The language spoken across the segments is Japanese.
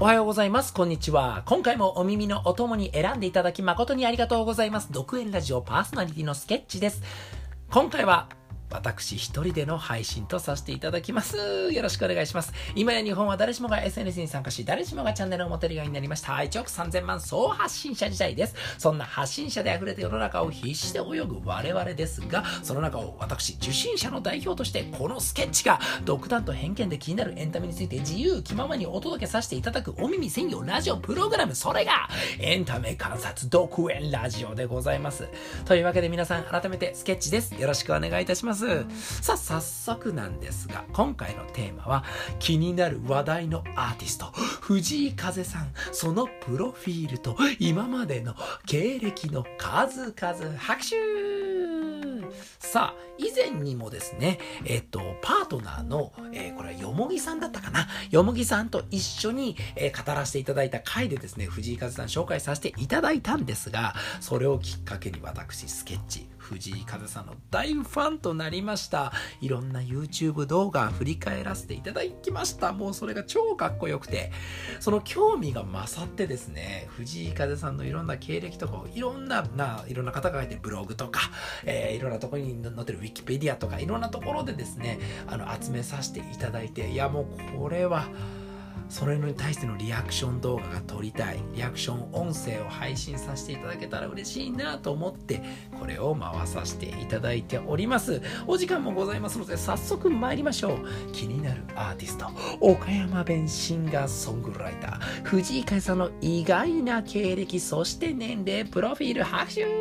おはようございます。こんにちは。今回もお耳のお供に選んでいただき誠にありがとうございます。独演ラジオパーソナリティのスケッチです。今回は私一人での配信とさせていただきます。よろしくお願いします。今や日本は誰しもが SNS に参加し、誰しもがチャンネルを持てるようになりました。1億3000万総発信者時代です。そんな発信者で溢れた世の中を必死で泳ぐ我々ですが、その中を私、受信者の代表として、このスケッチが独断と偏見で気になるエンタメについて自由気ままにお届けさせていただくお耳専用ラジオプログラム、それがエンタメ観察独演ラジオでございます。というわけで皆さん改めてスケッチです。よろしくお願いいたします。さあ早速なんですが、今回のテーマは気になる話題のアーティスト藤井風さん、そのプロフィールと今までの経歴の数々拍手。さあ以前にもですねパートナーの、これはよもぎさんだったかな、よもぎさんと一緒に、語らせていただいた回でですね、藤井風さん紹介させていただいたんですが、それをきっかけに私スケッチ藤井風さんの大ファンとなりました。いろんな YouTube 動画振り返らせていただきました。もうそれが超かっこよくて、その興味が勝ってですね、藤井風さんのいろんな経歴とかをいろんな方が書いてるブログとか、いろんなところに載ってるウィキペディアとかいろんなところでですね集めさせていただいて、いやもうこれはそれに対してのリアクション動画が撮りたい、リアクション音声を配信させていただけたら嬉しいなと思ってこれを回させていただいております。お時間もございますので早速参りましょう。気になるアーティスト、岡山弁シンガーソングライター藤井風さんの意外な経歴、そして年齢、プロフィール、拍手。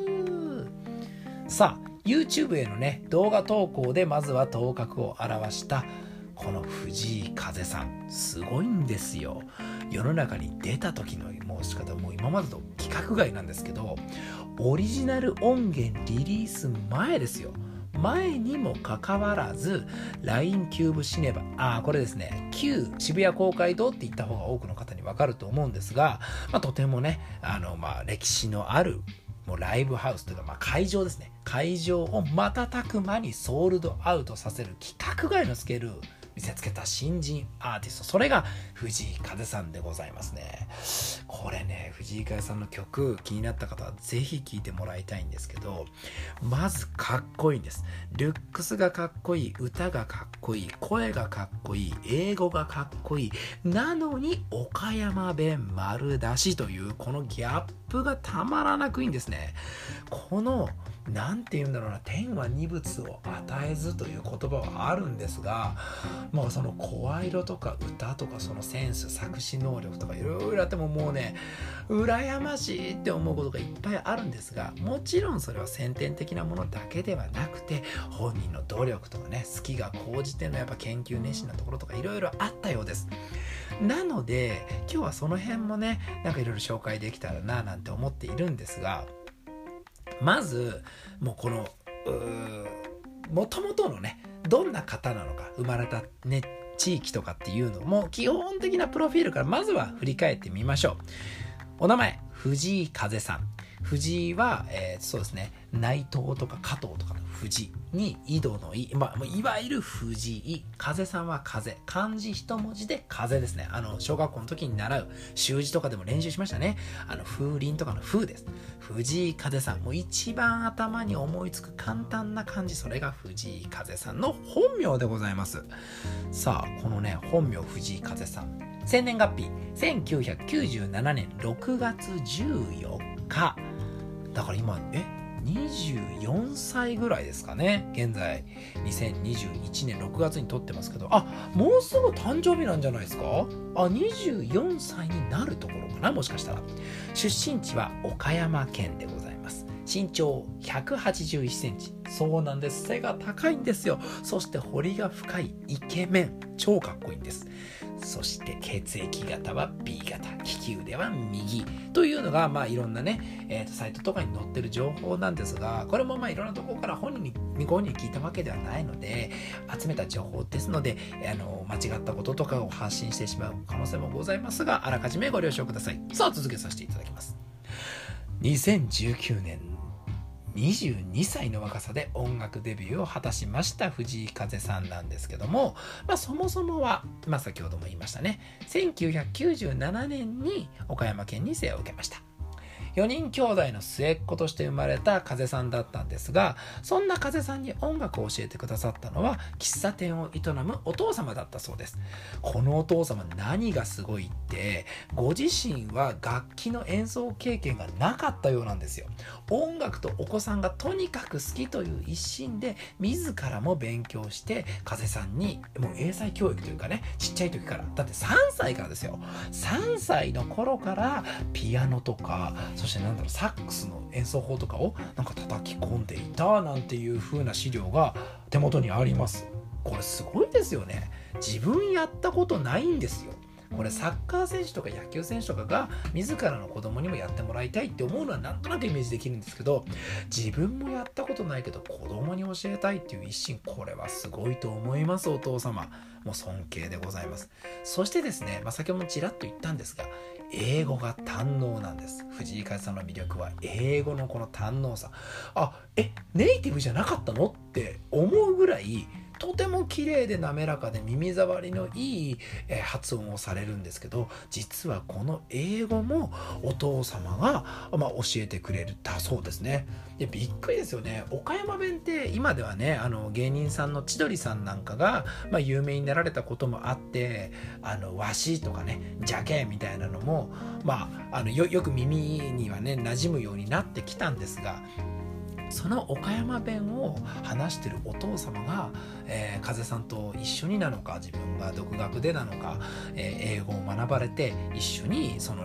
さあ YouTube へのね動画投稿でまずは頭角を現したこの藤井風さん、すごいんですよ。世の中に出た時の申し方も今までと規格外なんですけど、オリジナル音源リリース前ですよ。前にもかかわらず LINE キューブシネマ、これですね、旧渋谷公会堂って言った方が多くの方に分かると思うんですが、とてもね歴史のあるもうライブハウスというか、会場ですね、会場を瞬く間にソールドアウトさせる規格外のスケール見せつけた新人アーティスト、それが藤井風さんでございますね。これね、藤井風さんの曲気になった方はぜひ聴いてもらいたいんですけど、まずかっこいいんです。ルックスがかっこいい、歌がかっこいい、声がかっこいい、英語がかっこいい、なのに岡山弁丸出しというこのギャップがたまらなくいいんですね。このなんて言うんだろうな、天は二物を与えずという言葉はあるんですが、その声色とか歌とかそのセンス、作詞能力とかいろいろあってもうね羨ましいって思うことがいっぱいあるんですが、もちろんそれは先天的なものだけではなくて本人の努力とかね、好きが高じてのやっぱ研究熱心なところとかいろいろあったようです。なので今日はその辺もねいろいろ紹介できたらななんて思っているんですが、まずもうこの元々のねどんな方なのか、生まれたね地域とかっていうのも基本的なプロフィールからまずは振り返ってみましょう。お名前藤井風さん。藤井は、そうですね、内藤とか加藤とかの藤に井戸の井、いわゆる藤井風さんは風、漢字一文字で風ですね。小学校の時に習う習字とかでも練習しましたね。風鈴とかの風です。藤井風さん、もう一番頭に思いつく簡単な漢字、それが藤井風さんの本名でございます。さあこのね本名藤井風さん、生年月日1997年6月14日だから今24歳ぐらいですかね。現在2021年6月に撮ってますけど、もうすぐ誕生日なんじゃないですか。24歳になるところかな、もしかしたら。出身地は岡山県でございます。身長181センチ。そうなんです。背が高いんですよ。そして彫りが深いイケメン。超かっこいいんです。そして血液型は B 型、利き腕は右というのがいろんなね、サイトとかに載ってる情報なんですが、これもいろんなところからご本人に聞いたわけではないので集めた情報ですので、間違ったこととかを発信してしまう可能性もございますが、あらかじめご了承ください。さあ続けさせていただきます。2019年 22歳の若さで音楽デビューを果たしました藤井風さんなんですけども、そもそもは、先ほども言いましたね、1997年に岡山県に生を受けました。4人兄弟の末っ子として生まれた風さんだったんですが、そんな風さんに音楽を教えてくださったのは喫茶店を営むお父様だったそうです。このお父様、何がすごいって、ご自身は楽器の演奏経験がなかったようなんですよ。音楽とお子さんがとにかく好きという一心で自らも勉強して風さんにもう英才教育というかね、ちっちゃい時から、だって3歳からですよ。3歳の頃からピアノとか、そしてサックスの演奏法とかを叩き込んでいたなんていう風な資料が手元にあります。これすごいですよね。自分やったことないんですよ。これサッカー選手とか野球選手とかが自らの子供にもやってもらいたいって思うのはなんとなくイメージできるんですけど、自分もやったことないけど子供に教えたいっていう一心、これはすごいと思います。お父様もう尊敬でございます。そしてですね、先ほどもちらっと言ったんですが、英語が堪能なんです。藤井風さんの魅力は英語のこの堪能さ。ネイティブじゃなかったのって思うぐらい、とても綺麗で滑らかで耳障りのいい発音をされるんですけど、実はこの英語もお父様が教えてくれたそうですね。で、びっくりですよね。岡山弁って今ではね、芸人さんの千鳥さんなんかが有名になられたこともあって、わしとかね、じゃけみたいなのもよく耳にはね馴染むようになってきたんですが、その岡山弁を話してるお父様が、風さんと一緒になのか、自分が独学でなのか、英語を学ばれて一緒に教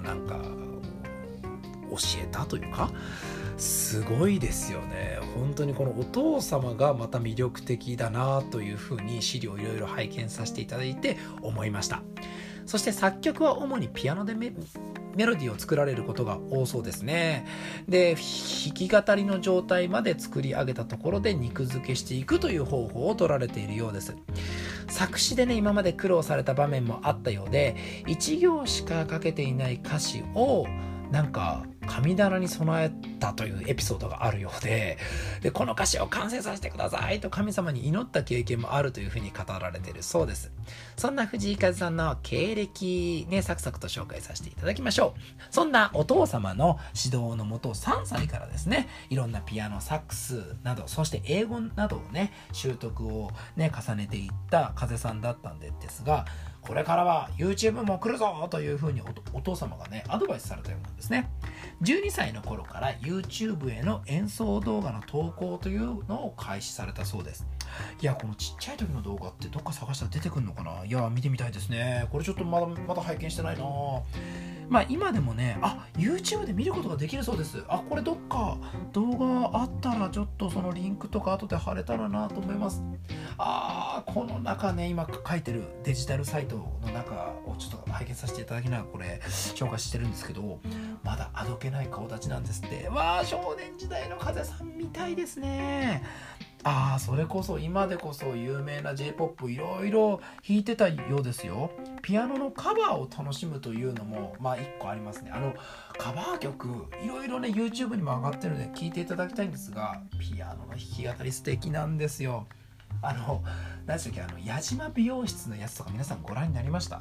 えたというか、すごいですよね。本当にこのお父様がまた魅力的だなというふうに資料いろいろ拝見させていただいて思いました。そして作曲は主にピアノでメロディーを作られることが多そうですね。で、弾き語りの状態まで作り上げたところで肉付けしていくという方法を取られているようです。作詞でね、今まで苦労された場面もあったようで、1行しか書けていない歌詞を神棚に備えたというエピソードがあるようで、この歌詞を完成させてくださいと神様に祈った経験もあるというふうに語られているそうです。そんな藤井風さんの経歴ね、サクサクと紹介させていただきましょう。そんなお父様の指導のもと、3歳からですね、いろんなピアノ、サックスなど、そして英語などをね、習得をね、重ねていった風さんだったんですが、これからは YouTube も来るぞというふうに お父様がねアドバイスされたようなんですね。12歳の頃から YouTube への演奏動画の投稿というのを開始されたそうです。いや、このちっちゃい時の動画ってどっか探したら出てくるのかな。いや、見てみたいですね。これちょっとまだ拝見してないな。今でもね、YouTube で見ることができるそうです。これどっか動画あったらちょっとそのリンクとか後で貼れたらなと思います。この中ね、今書いてるデジタルサイトの中をちょっと拝見させていただきながらこれ紹介してるんですけど、まだあどけない顔立ちなんですって。少年時代の風さんみたいですね。それこそ今でこそ有名な J-POP いろいろ弾いてたようですよ。ピアノのカバーを楽しむというのも一個ありますね。カバー曲いろいろね YouTube にも上がってるので聴いていただきたいんですが、ピアノの弾き語り素敵なんですよ。何でしたっけ、矢島美容室のやつとか皆さんご覧になりました？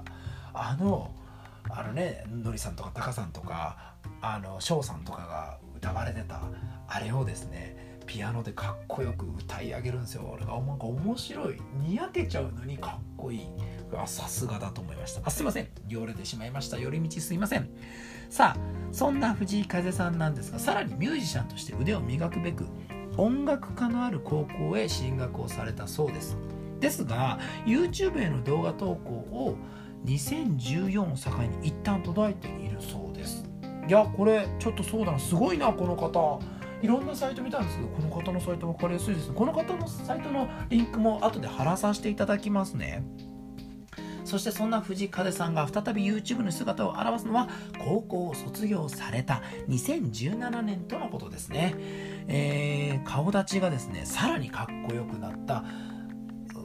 のりさんとかタカさんとか翔さんとかが歌われてたあれをですね、ピアノでかっこよく歌い上げるんですよ。面白い、にやけちゃうのにかっこいい。さすがだと思いました。すいません、よれてしまいました。寄り道すいません。さあ、そんな藤井風さんなんですが、さらにミュージシャンとして腕を磨くべく音楽科のある高校へ進学をされたそうです。ですが YouTube への動画投稿を2014を境に一旦途絶えているそうです。いや、これちょっとそうだな、すごいな、この方。いろんなサイト見たんですけど、この方のサイト分かりやすいですね。この方のサイトのリンクも後で貼らさせていただきますね。そしてそんな藤井風さんが再び YouTube の姿を現すのは高校を卒業された2017年とのことですね。顔立ちがですねさらにかっこよくなった。これ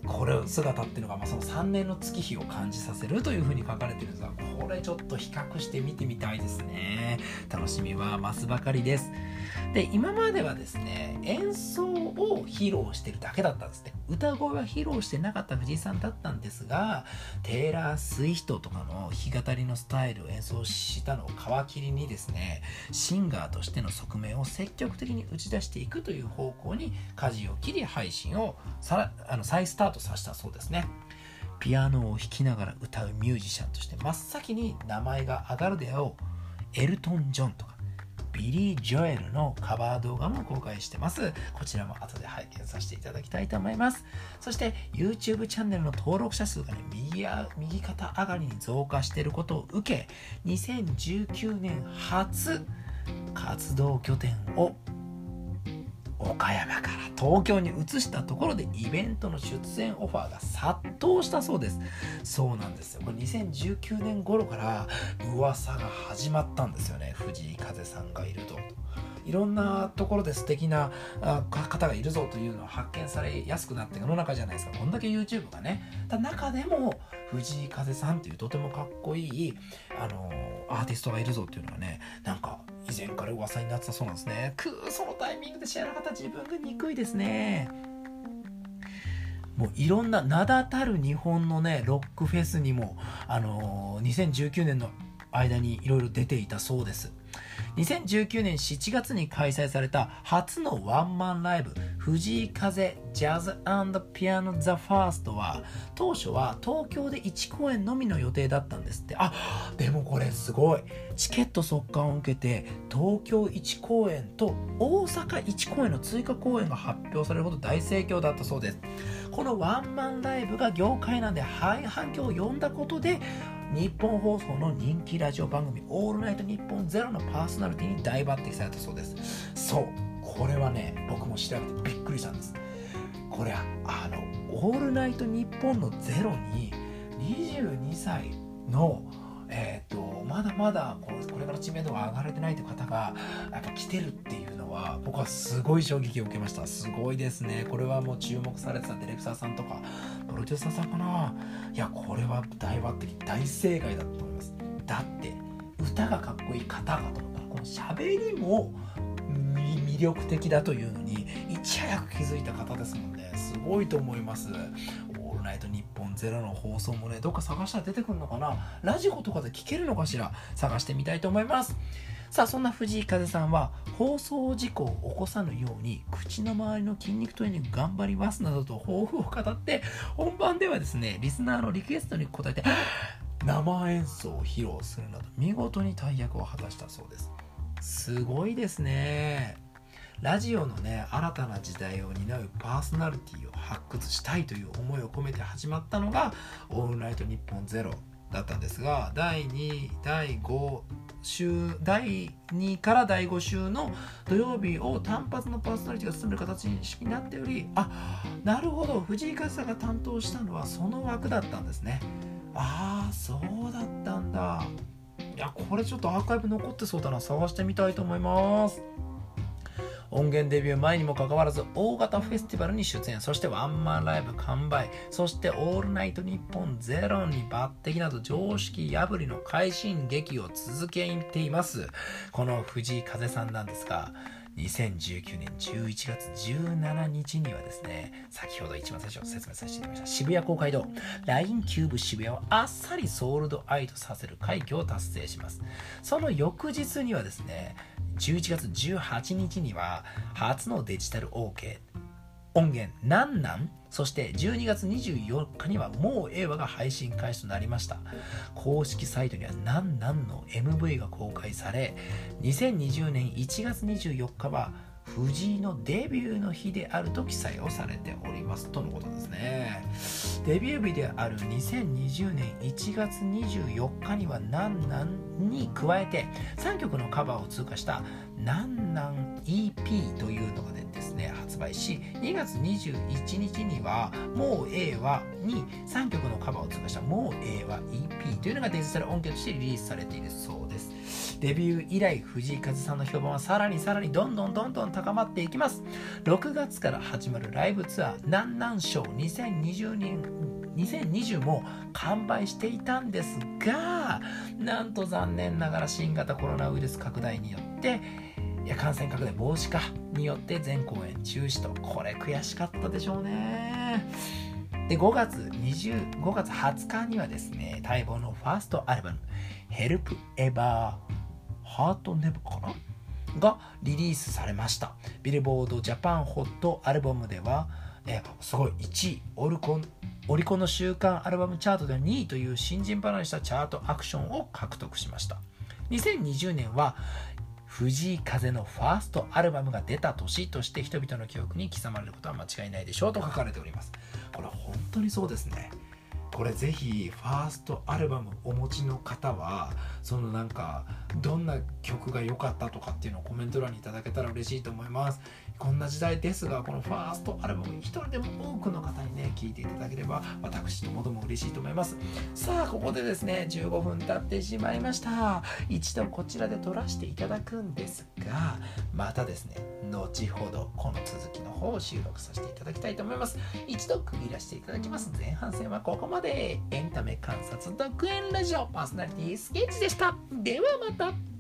姿っていうのが、その3年の月日を感じさせるというふうに書かれているんですが、これちょっと比較して見てみたいですね。楽しみは増すばかりです。で、今まではですね、演奏を披露してるだけだったんですね。歌声は披露してなかった藤井さんだったんですが、テイラー・スウィフトとかの弾き語りのスタイルを演奏したのを皮切りにですね、シンガーとしての側面を積極的に打ち出していくという方向に舵を切り、配信を再スタートさせたそうですね。ピアノを弾きながら歌うミュージシャンとして真っ先に名前が挙がるであろうエルトン・ジョンとかビリー・ジョエルのカバー動画も公開してます。こちらも後で拝見させていただきたいと思います。そして YouTube チャンネルの登録者数がね、右肩上がりに増加していることを受け、2019年初活動拠点を岡山から東京に移したところでイベントの出演オファーが殺到したそうです。そうなんですよ。これ2019年頃から噂が始まったんですよね。藤井風さんがいると。いろんなところで素敵な方がいるぞというのを発見されやすくなって世の中じゃないですか。こんだけ YouTube がね。中でも藤井風さんというとてもかっこいいアーティストがいるぞというのはね、なんか以前から噂になってたそうなんですね。そのタイミングで知らなかった自分が憎いですね。もういろんな名だたる日本のねロックフェスにも2019年の間にいろいろ出ていたそうです。2019年7月に開催された初のワンマンライブ藤井風ジャズ&ピアノザファーストは当初は東京で1公演のみの予定だったんですって。でもこれすごい。チケット即完を受けて東京1公演と大阪1公演の追加公演が発表されるほど大盛況だったそうです。このワンマンライブが業界なんで反響を呼んだことで日本放送の人気ラジオ番組オールナイトニッポンゼロのパーソナリティに大抜擢されたそうです。そう、これはね僕も調べてびっくりしたんです。これオールナイトニッポンのゼロに22歳のまだまだこれから知名度が上がれてないという方がやっぱ来てるっていうのは僕はすごい衝撃を受けました。すごいですね。これはもう注目されてたディレクターさんとかプロデューサーさんかな。いやこれは大抜擢大正解だと思います。だって歌がかっこいい方々と思ったらこの喋りも魅力的だというのにいち早く気づいた方ですもんね。すごいと思います。オールナイトニッポンゼロの放送もねどっか探したら出てくるのかな。ラジコとかで聞けるのかしら。探してみたいと思います。さあそんな藤井風さんは放送事故を起こさぬように口の周りの筋肉トレーニング頑張りますなどと抱負を語って本番ではですねリスナーのリクエストに応えて生演奏を披露するなど見事に大役を果たしたそうです。すごいですね。ラジオのね新たな時代を担うパーソナリティを発掘したいという思いを込めて始まったのがオールナイトニッポンゼロだったんですが、第2から第5週の土曜日を単発のパーソナリティが進める形になっており、なるほど、藤井風さんが担当したのはその枠だったんですね。そうだったんだ。いやこれちょっとアーカイブ残ってそうだな。探してみたいと思います。音源デビュー前にもかかわらず大型フェスティバルに出演、そしてワンマンライブ完売、そしてオールナイトニッポンゼロに抜擢など常識破りの快進撃を続けていますこの藤井風さんなんですが、2019年11月17日にはですね、先ほど一番最初説明させていただきました渋谷公会堂 LINE キューブ渋谷をあっさりソールドアウトさせる快挙を達成します。その翌日にはですね、11月18日には初のデジタル OK 音源なんなん、そして12月24日にはもう映画が配信開始となりました。公式サイトにはなんなんの MV が公開され、2020年1月24日は藤井のデビューの日であると記載をされておりますとのことですね。デビュー日である2020年1月24日にはなんなんに加えて3曲のカバーを通過したなんなん EP というのがですね発売し、2月21日にはもう A はに3曲のカバーを追加したもう A は EP というのがデジタル音源としてリリースされているそうです。デビュー以来、藤井風さんの評判はさらにどんどん高まっていきます。6月から始まるライブツアーなんなんショー2020も完売していたんですが、なんと残念ながら新型コロナウイルス拡大によって感染拡大防止によって全公演中止と、これ悔しかったでしょうね。で5月20日にはですね、待望のファーストアルバム Help Ever Heart Never かながリリースされました。ビルボードジャパンホットアルバムではすごい1位、オリコンの週間アルバムチャートで2位という新人離れしたチャートアクションを獲得しました。2020年は藤井風のファーストアルバムが出た年として人々の記憶に刻まれることは間違いないでしょうと書かれております。これ本当にそうですね。これぜひファーストアルバムお持ちの方はそのなんかどんな曲が良かったとかっていうのをコメント欄にいただけたら嬉しいと思います。こんな時代ですが、このファーストアルバム一人でも多くの方にね聴いていただければ私どもども嬉しいと思います。さあここでですね15分経ってしまいました。一度こちらで撮らせていただくんですが、またですね後ほどこの続きの方を収録させていただきたいと思います。一度区切らせていただきます。前半戦はここまで。エンタメ観察独演ラジオパーソナリティスケッチでした。ではまた。